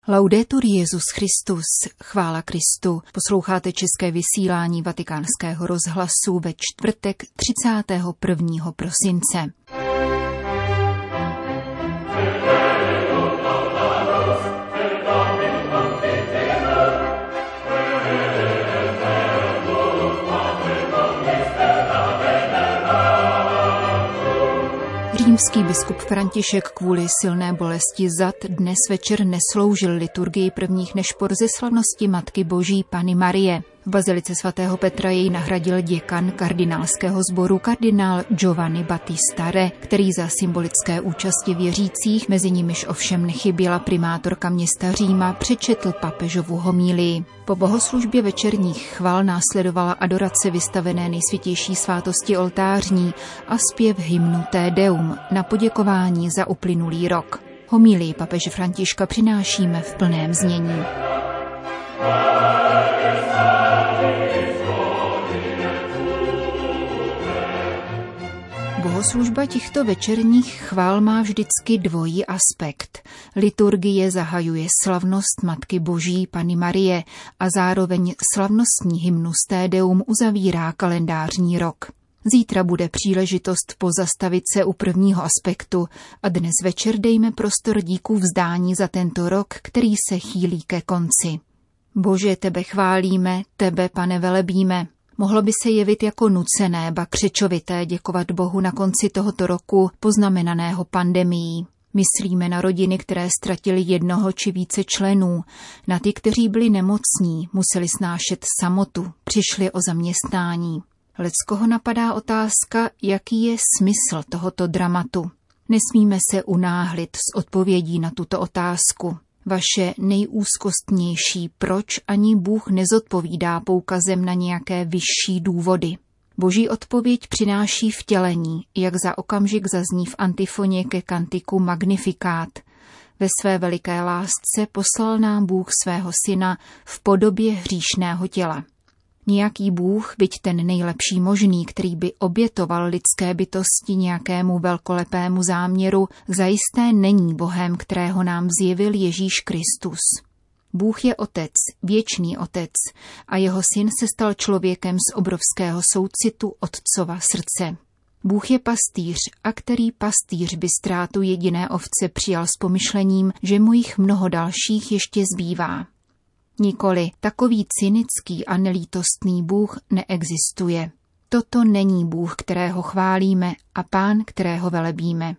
Laudetur Jesus Christus, chvála Kristu. Posloucháte české vysílání Vatikánského rozhlasu ve čtvrtek 31. prosince. Římský biskup František kvůli silné bolesti zad dnes večer nesloužil liturgii prvních nešpor ze slavnosti Matky Boží Panny Marie. V bazilice svatého Petra jej nahradil děkan kardinálského sboru kardinál Giovanni Battista Re, který za symbolické účasti věřících, mezi nimiž ovšem nechyběla primátorka města Říma, přečetl papežovu homílii. Po bohoslužbě večerních chval následovala adorace vystavené nejsvětější svátosti oltářní a zpěv hymnu Te Deum na poděkování za uplynulý rok. Homílii papeže Františka přinášíme v plném znění. Bohoslužba těchto večerních chvál má vždycky dvojí aspekt. Liturgie zahajuje slavnost Matky Boží Panny Marie a zároveň slavnostní hymnus Te Deum uzavírá kalendářní rok. Zítra bude příležitost pozastavit se u prvního aspektu a dnes večer dejme prostor díku vzdání za tento rok, který se chýlí ke konci. Bože, tebe chválíme, tebe, Pane, velebíme. Mohlo by se jevit jako nucené, ba křečovité děkovat Bohu na konci tohoto roku poznamenaného pandemií. Myslíme na rodiny, které ztratili jednoho či více členů, na ty, kteří byli nemocní, museli snášet samotu, přišli o zaměstnání. Leckoho napadá otázka, jaký je smysl tohoto dramatu. Nesmíme se unáhlit s odpovědí na tuto otázku. Vaše nejúzkostnější proč ani Bůh nezodpovídá poukazem na nějaké vyšší důvody. Boží odpověď přináší vtělení, jak za okamžik zazní v antifoně ke kantiku Magnificat. Ve své veliké lásce poslal nám Bůh svého syna v podobě hříšného těla. Nějaký Bůh, byť ten nejlepší možný, který by obětoval lidské bytosti nějakému velkolepému záměru, zajisté není Bohem, kterého nám zjevil Ježíš Kristus. Bůh je otec, věčný otec, a jeho syn se stal člověkem z obrovského soucitu otcova srdce. Bůh je pastýř, a který pastýř by ztrátu jediné ovce přijal s pomyšlením, že mu jich mnoho dalších ještě zbývá. Nikoli, takový cynický a nelítostný Bůh neexistuje. Toto není Bůh, kterého chválíme, a Pán, kterého velebíme.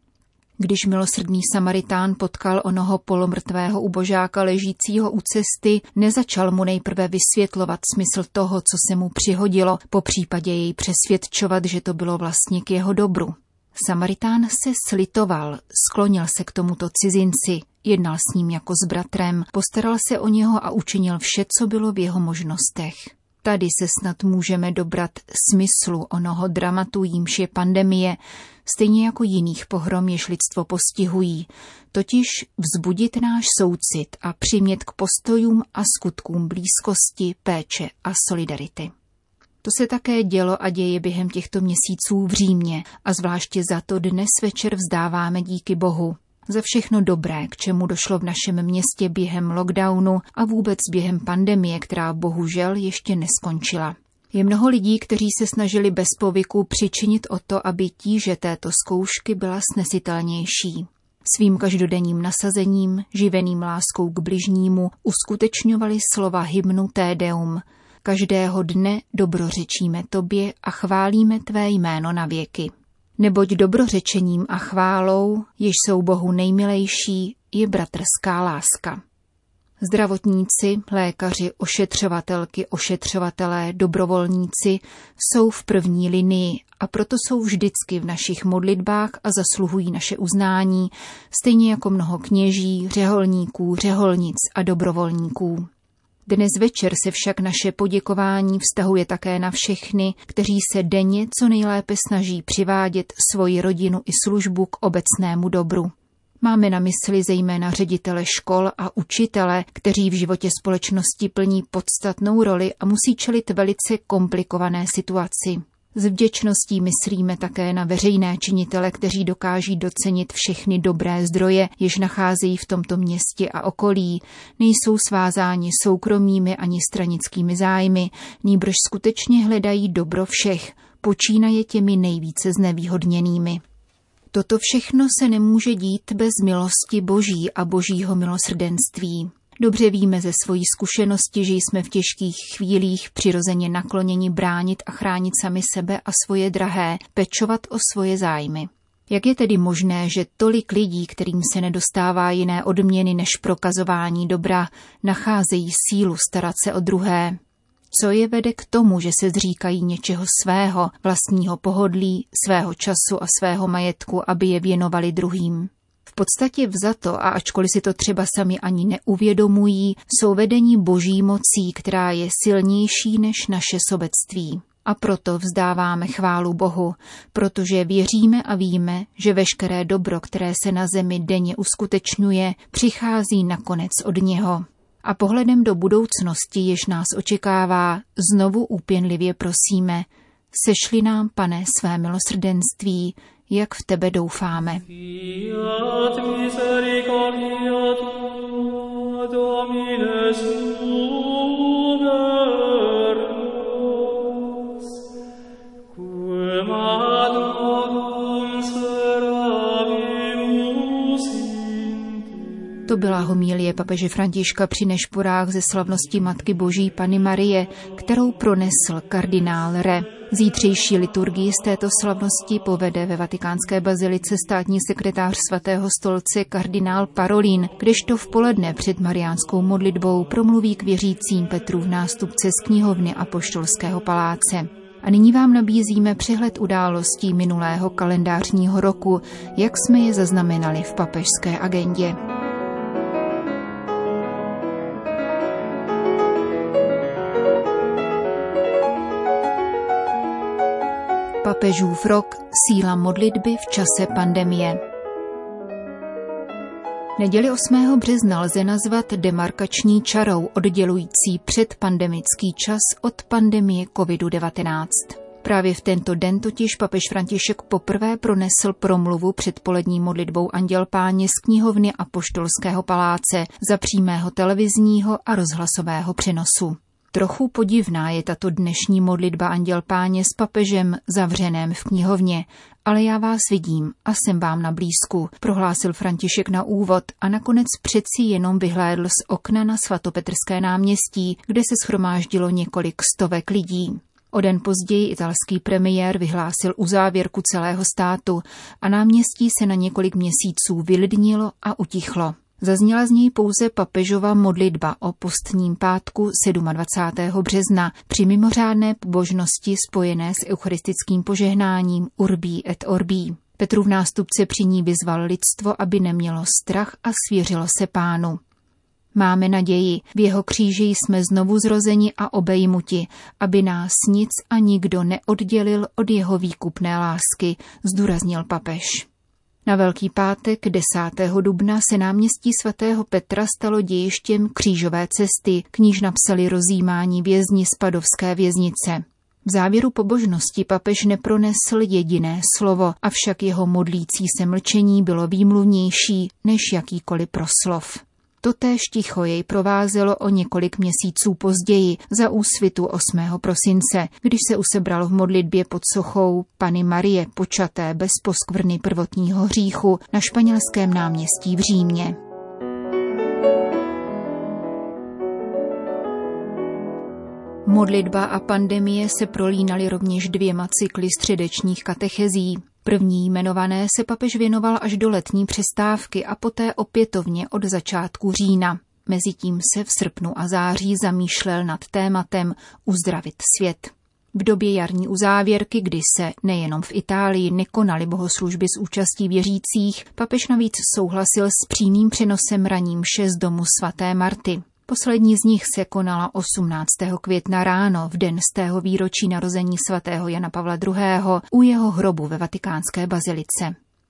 Když milosrdný Samaritán potkal onoho polomrtvého ubožáka ležícího u cesty, nezačal mu nejprve vysvětlovat smysl toho, co se mu přihodilo, popřípadě jej přesvědčovat, že to bylo vlastně k jeho dobru. Samaritán se slitoval, sklonil se k tomuto cizinci, jednal s ním jako s bratrem, postaral se o něho a učinil vše, co bylo v jeho možnostech. Tady se snad můžeme dobrat smyslu onoho dramatu, jímž je pandemie, stejně jako jiných pohrom, jež lidstvo postihují, totiž vzbudit náš soucit a přimět k postojům a skutkům blízkosti, péče a solidarity. To se také dělo a děje během těchto měsíců v Římě a zvláště za to dnes večer vzdáváme díky Bohu. Za všechno dobré, k čemu došlo v našem městě během lockdownu a vůbec během pandemie, která bohužel ještě neskončila. Je mnoho lidí, kteří se snažili bez povyku přičinit o to, aby tíže této zkoušky byla snesitelnější. Svým každodenním nasazením, živeným láskou k bližnímu, uskutečňovali slova hymnu Te Deum. Každého dne dobrořečíme tobě a chválíme tvé jméno na věky. Neboť dobrořečením a chválou, jež jsou Bohu nejmilejší, je bratrská láska. Zdravotníci, lékaři, ošetřovatelky, ošetřovatelé, dobrovolníci jsou v první linii a proto jsou vždycky v našich modlitbách a zasluhují naše uznání, stejně jako mnoho kněží, řeholníků, řeholnic a dobrovolníků. Dnes večer se však naše poděkování vztahuje také na všechny, kteří se denně co nejlépe snaží přivádět svoji rodinu i službu k obecnému dobru. Máme na mysli zejména ředitele škol a učitele, kteří v životě společnosti plní podstatnou roli a musí čelit velice komplikované situaci. S vděčností myslíme také na veřejné činitele, kteří dokáží docenit všechny dobré zdroje, jež nacházejí v tomto městě a okolí. Nejsou svázáni soukromými ani stranickými zájmy, nýbrž skutečně hledají dobro všech, počínaje těmi nejvíce znevýhodněnými. Toto všechno se nemůže dít bez milosti Boží a Božího milosrdenství. Dobře víme ze svojí zkušenosti, že jsme v těžkých chvílích přirozeně nakloněni bránit a chránit sami sebe a svoje drahé, pečovat o svoje zájmy. Jak je tedy možné, že tolik lidí, kterým se nedostává jiné odměny než prokazování dobra, nacházejí sílu starat se o druhé? Co je vede k tomu, že se zříkají něčeho svého, vlastního pohodlí, svého času a svého majetku, aby je věnovali druhým? V podstatě vzato, a ačkoliv si to třeba sami ani neuvědomují, jsou vedeni Boží mocí, která je silnější než naše sobectví. A proto vzdáváme chválu Bohu, protože věříme a víme, že veškeré dobro, které se na zemi denně uskutečňuje, přichází nakonec od něho. A pohledem do budoucnosti, jež nás očekává, znovu úpěnlivě prosíme, sešli nám, Pane, své milosrdenství, jak v tebe doufáme. To byla homilie papeže Františka při nešporách ze slavnosti Matky Boží Panny Marie, kterou pronesl kardinál Re. Zítřejší liturgii z této slavnosti povede ve Vatikánské bazilice státní sekretář Svatého stolce kardinál Parolin, kdežto v poledne před mariánskou modlitbou promluví k věřícím Petrův nástupce z knihovny Apoštolského paláce. A nyní vám nabízíme přehled událostí minulého kalendářního roku, jak jsme je zaznamenali v papežské agendě. Papežův rok, síla modlitby v čase pandemie. Neděli 8. března lze nazvat demarkační čarou oddělující předpandemický čas od pandemie COVID-19. Právě v tento den totiž papež František poprvé pronesl promluvu před polední modlitbou Anděl Páně z knihovny Apoštolského paláce za přímého televizního a rozhlasového přenosu. Trochu podivná je tato dnešní modlitba Anděl Páně s papežem zavřeném v knihovně, ale já vás vidím a jsem vám na blízku, prohlásil František na úvod a nakonec přeci jenom vyhlédl z okna na svatopetrské náměstí, kde se shromáždilo několik stovek lidí. O den později italský premiér vyhlásil uzávěrku celého státu a náměstí se na několik měsíců vylidnilo a utichlo. Zazněla z něj pouze papežova modlitba o postním pátku 27. března při mimořádné pobožnosti spojené s eucharistickým požehnáním Urbi et Orbi. Petrův nástupce při ní vyzval lidstvo, aby nemělo strach a svěřilo se Pánu. Máme naději, v jeho kříži jsme znovu zrozeni a obejmuti, aby nás nic a nikdo neoddělil od jeho výkupné lásky, zdůraznil papež. Na Velký pátek 10. dubna se náměstí svatého Petra stalo dějištěm křížové cesty, k níž napsali rozjímání vězni z Padovské věznice. V závěru pobožnosti papež nepronesl jediné slovo, avšak jeho modlící se mlčení bylo výmluvnější než jakýkoliv proslov. Totéž ticho jej provázelo o několik měsíců později za úsvitu 8. prosince, když se usebral v modlitbě pod sochou Panny Marie počaté bez poskvrny prvotního hříchu na Španělském náměstí v Římě. Modlitba a pandemie se prolínaly rovněž 2 cykly středečních katechezí. První jmenované se papež věnoval až do letní přestávky a poté opětovně od začátku října. Mezitím se v srpnu a září zamýšlel nad tématem uzdravit svět. V době jarní uzávěrky, kdy se nejenom v Itálii nekonaly bohoslužby s účastí věřících, papež navíc souhlasil s přímým přenosem raní mše z domu svaté Marty. Poslední z nich se konala 18. května ráno, v den 100. výročí narození svatého Jana Pavla II. U jeho hrobu ve Vatikánské bazilice.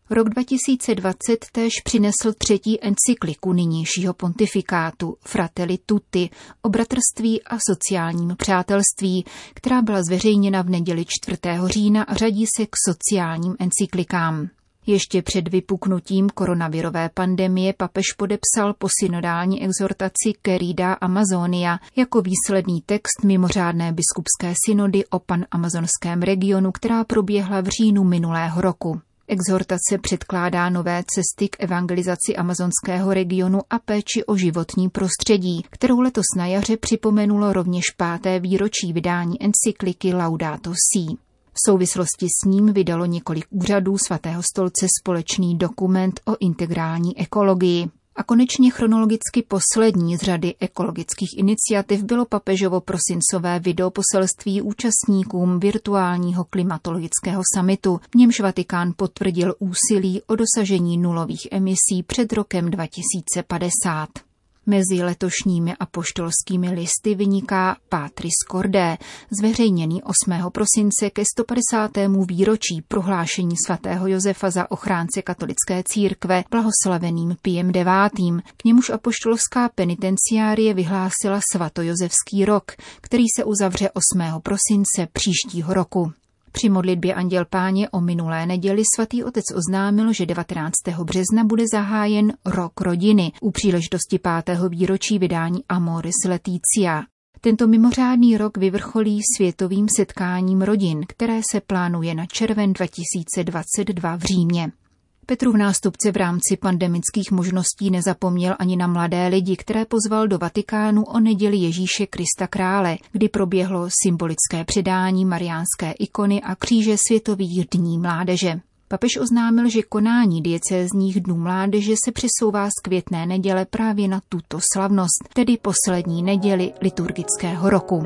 Rok 2020 též přinesl 3. encykliku nynějšího pontifikátu Fratelli Tutti o bratrství a sociálním přátelství, která byla zveřejněna v neděli 4. října a řadí se k sociálním encyklikám. Ještě před vypuknutím koronavirové pandemie papež podepsal posynodální exhortaci Querida Amazonia jako výsledný text mimořádné biskupské synody o panamazonském regionu, která proběhla v říjnu minulého roku. Exhortace předkládá nové cesty k evangelizaci amazonského regionu a péči o životní prostředí, kterou letos na jaře připomenulo rovněž 5. výročí vydání encykliky Laudato Si. V souvislosti s ním vydalo několik úřadů Svatého stolce společný dokument o integrální ekologii. A konečně chronologicky poslední z řady ekologických iniciativ bylo papežovo prosincové videoposelství účastníkům virtuálního klimatologického summitu, v němž Vatikán potvrdil úsilí o dosažení nulových emisí před rokem 2050. Mezi letošními apoštolskými listy vyniká Patris Corde, zveřejněný 8. prosince ke 150. výročí prohlášení svatého Josefa za ochránce katolické církve blahoslaveným Piem IX. K němuž apoštolská penitenciárie vyhlásila svatojosefský rok, který se uzavře 8. prosince příštího roku. Při modlitbě Anděl Páně o minulé neděli svatý otec oznámil, že 19. března bude zahájen Rok rodiny u příležitosti 5. výročí vydání Amoris Laetitia. Tento mimořádný rok vyvrcholí světovým setkáním rodin, které se plánuje na červen 2022 v Římě. Petrův nástupce v rámci pandemických možností nezapomněl ani na mladé lidi, které pozval do Vatikánu o neděli Ježíše Krista Krále, kdy proběhlo symbolické předání mariánské ikony a kříže Světových dní mládeže. Papež oznámil, že konání diecézních dnů mládeže se přesouvá z květné neděle právě na tuto slavnost, tedy poslední neděli liturgického roku.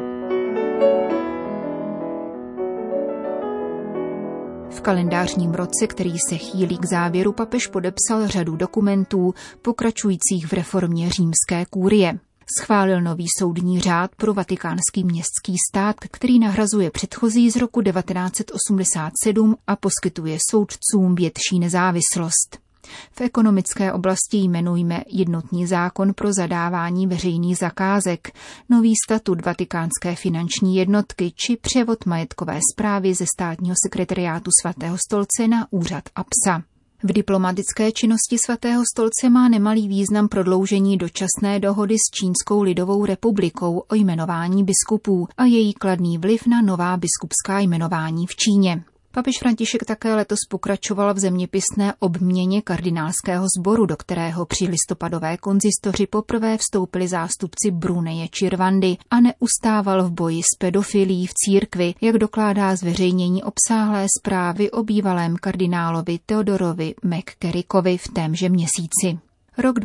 V kalendářním roce, který se chýlí k závěru, papež podepsal řadu dokumentů pokračujících v reformě římské kurie. Schválil nový soudní řád pro vatikánský městský stát, který nahrazuje předchozí z roku 1987 a poskytuje soudcům větší nezávislost. V ekonomické oblasti jmenujme jednotný zákon pro zadávání veřejných zakázek, nový statut vatikánské finanční jednotky či převod majetkové správy ze státního sekretariátu Svatého stolce na úřad APSA. V diplomatické činnosti Svatého stolce má nemalý význam prodloužení dočasné dohody s Čínskou lidovou republikou o jmenování biskupů a její kladný vliv na nová biskupská jmenování v Číně. Papež František také letos pokračoval v zeměpisné obměně kardinálského sboru, do kterého při listopadové konzistoři poprvé vstoupili zástupci Bruneje či Rwandy a neustával v boji s pedofilií v církvi, jak dokládá zveřejnění obsáhlé zprávy o bývalém kardinálovi Theodorovi McCarrickovi v témže měsíci. Rok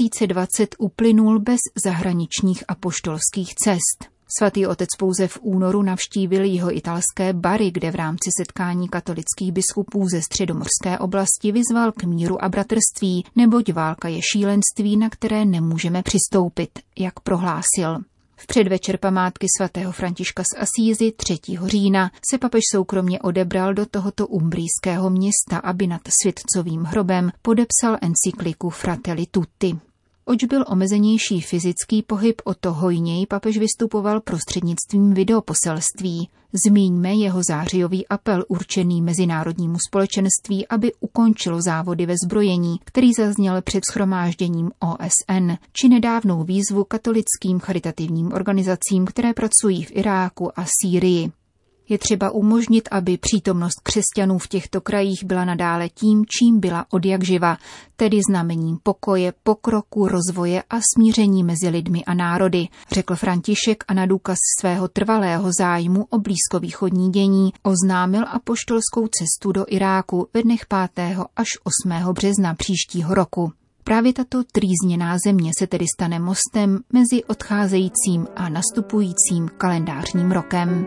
2020 uplynul bez zahraničních apoštolských cest. Svatý otec pouze v únoru navštívil jihoitalské Bari, kde v rámci setkání katolických biskupů ze středomorské oblasti vyzval k míru a bratrství, neboť válka je šílenství, na které nemůžeme přistoupit, jak prohlásil. V předvečer památky svatého Františka z Asízy 3. října se papež soukromně odebral do tohoto umbrijského města, aby nad světcovým hrobem podepsal encykliku Fratelli Tutti. Oč byl omezenější fyzický pohyb, o to hojněji papež vystupoval prostřednictvím videoposelství. Zmíňme jeho zářijový apel určený mezinárodnímu společenství, aby ukončilo závody ve zbrojení, který zazněl před shromážděním OSN, či nedávnou výzvu katolickým charitativním organizacím, které pracují v Iráku a Sýrii. Je třeba umožnit, aby přítomnost křesťanů v těchto krajích byla nadále tím, čím byla odjakživa, tedy znamením pokoje, pokroku, rozvoje a smíření mezi lidmi a národy, řekl František a na důkaz svého trvalého zájmu o blízkovýchodní dění oznámil apoštolskou cestu do Iráku ve dnech 5. až 8. března příštího roku. Právě tato trýzněná země se tedy stane mostem mezi odcházejícím a nastupujícím kalendářním rokem.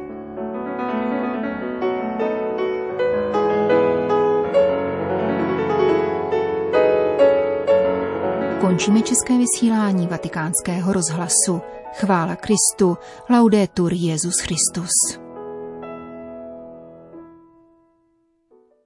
Končíme české vysílání Vatikánského rozhlasu. Chvála Kristu, laudetur Jesus Christus.